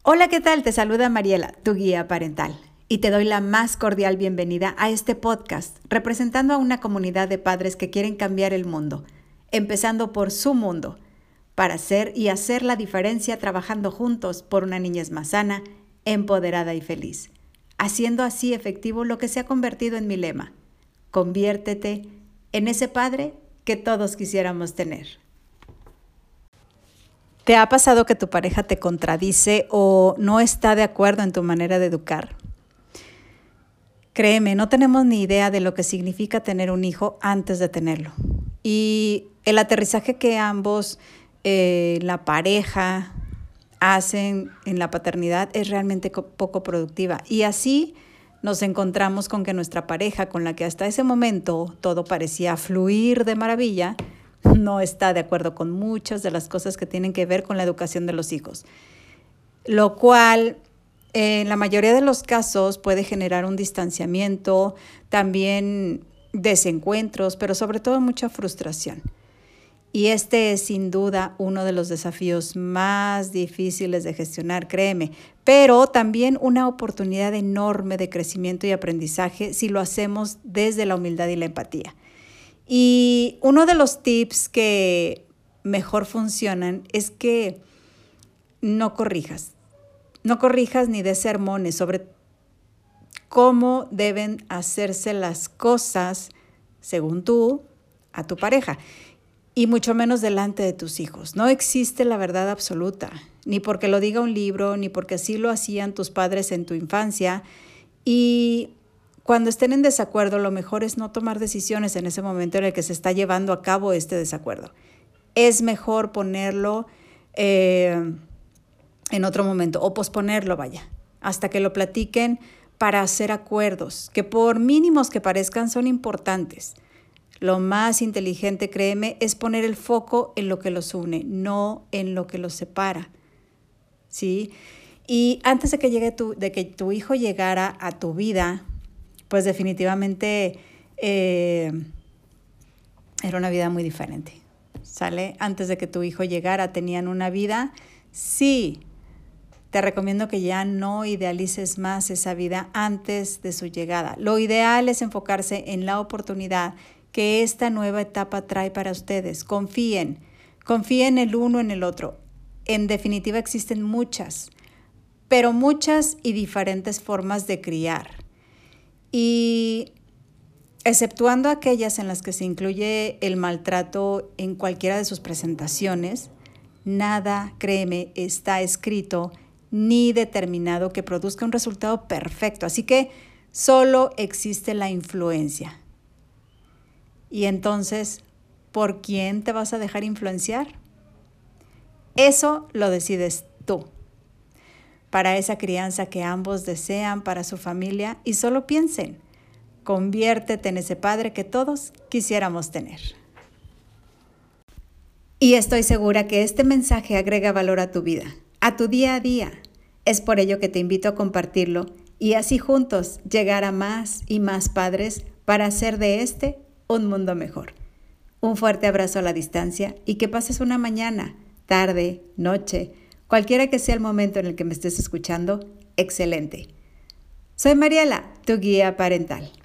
Hola, ¿qué tal? Te saluda Mariela, tu guía parental, y te doy la más cordial bienvenida a este podcast, representando a una comunidad de padres que quieren cambiar el mundo, empezando por su mundo, para ser y hacer la diferencia trabajando juntos por una niñez más sana, empoderada y feliz, haciendo así efectivo lo que se ha convertido en mi lema: conviértete en ese padre que todos quisiéramos tener. ¿Te ha pasado que tu pareja te contradice o no está de acuerdo en tu manera de educar? Créeme, no tenemos ni idea de lo que significa tener un hijo antes de tenerlo. Y el aterrizaje que ambos, la pareja, hacen en la paternidad es realmente poco productiva. Y así nos encontramos con que nuestra pareja, con la que hasta ese momento todo parecía fluir de maravilla, no está de acuerdo con muchas de las cosas que tienen que ver con la educación de los hijos, lo cual en la mayoría de los casos puede generar un distanciamiento, también desencuentros, pero sobre todo mucha frustración. Y este es sin duda uno de los desafíos más difíciles de gestionar, créeme, pero también una oportunidad enorme de crecimiento y aprendizaje si lo hacemos desde la humildad y la empatía. Y uno de los tips que mejor funcionan es que no corrijas ni des sermones sobre cómo deben hacerse las cosas según tú a tu pareja, y mucho menos delante de tus hijos. No existe la verdad absoluta, ni porque lo diga un libro, ni porque así lo hacían tus padres en tu infancia. Y cuando estén en desacuerdo, lo mejor es no tomar decisiones en ese momento en el que se está llevando a cabo este desacuerdo. Es mejor ponerlo en otro momento o posponerlo, hasta que lo platiquen para hacer acuerdos que, por mínimos que parezcan, son importantes. Lo más inteligente, créeme, es poner el foco en lo que los une, no en lo que los separa, ¿sí? Y antes de que tu hijo llegara a tu vida, pues definitivamente era una vida muy diferente, ¿sale? Antes de que tu hijo llegara, tenían una vida. Sí, te recomiendo que ya no idealices más esa vida antes de su llegada. Lo ideal es enfocarse en la oportunidad que esta nueva etapa trae para ustedes. Confíen el uno en el otro. En definitiva, existen muchas, pero muchas y diferentes formas de criar. Y exceptuando aquellas en las que se incluye el maltrato en cualquiera de sus presentaciones, nada, créeme, está escrito ni determinado que produzca un resultado perfecto. Así que solo existe la influencia. Y entonces, ¿por quién te vas a dejar influenciar? Eso lo decides tú, para esa crianza que ambos desean para su familia, y solo piensen: conviértete en ese padre que todos quisiéramos tener. Y estoy segura que este mensaje agrega valor a tu vida, a tu día a día. Es por ello que te invito a compartirlo y así juntos llegar a más y más padres para hacer de este un mundo mejor. Un fuerte abrazo a la distancia y que pases una mañana, tarde, noche, cualquiera que sea el momento en el que me estés escuchando, excelente. Soy Mariela, tu guía parental.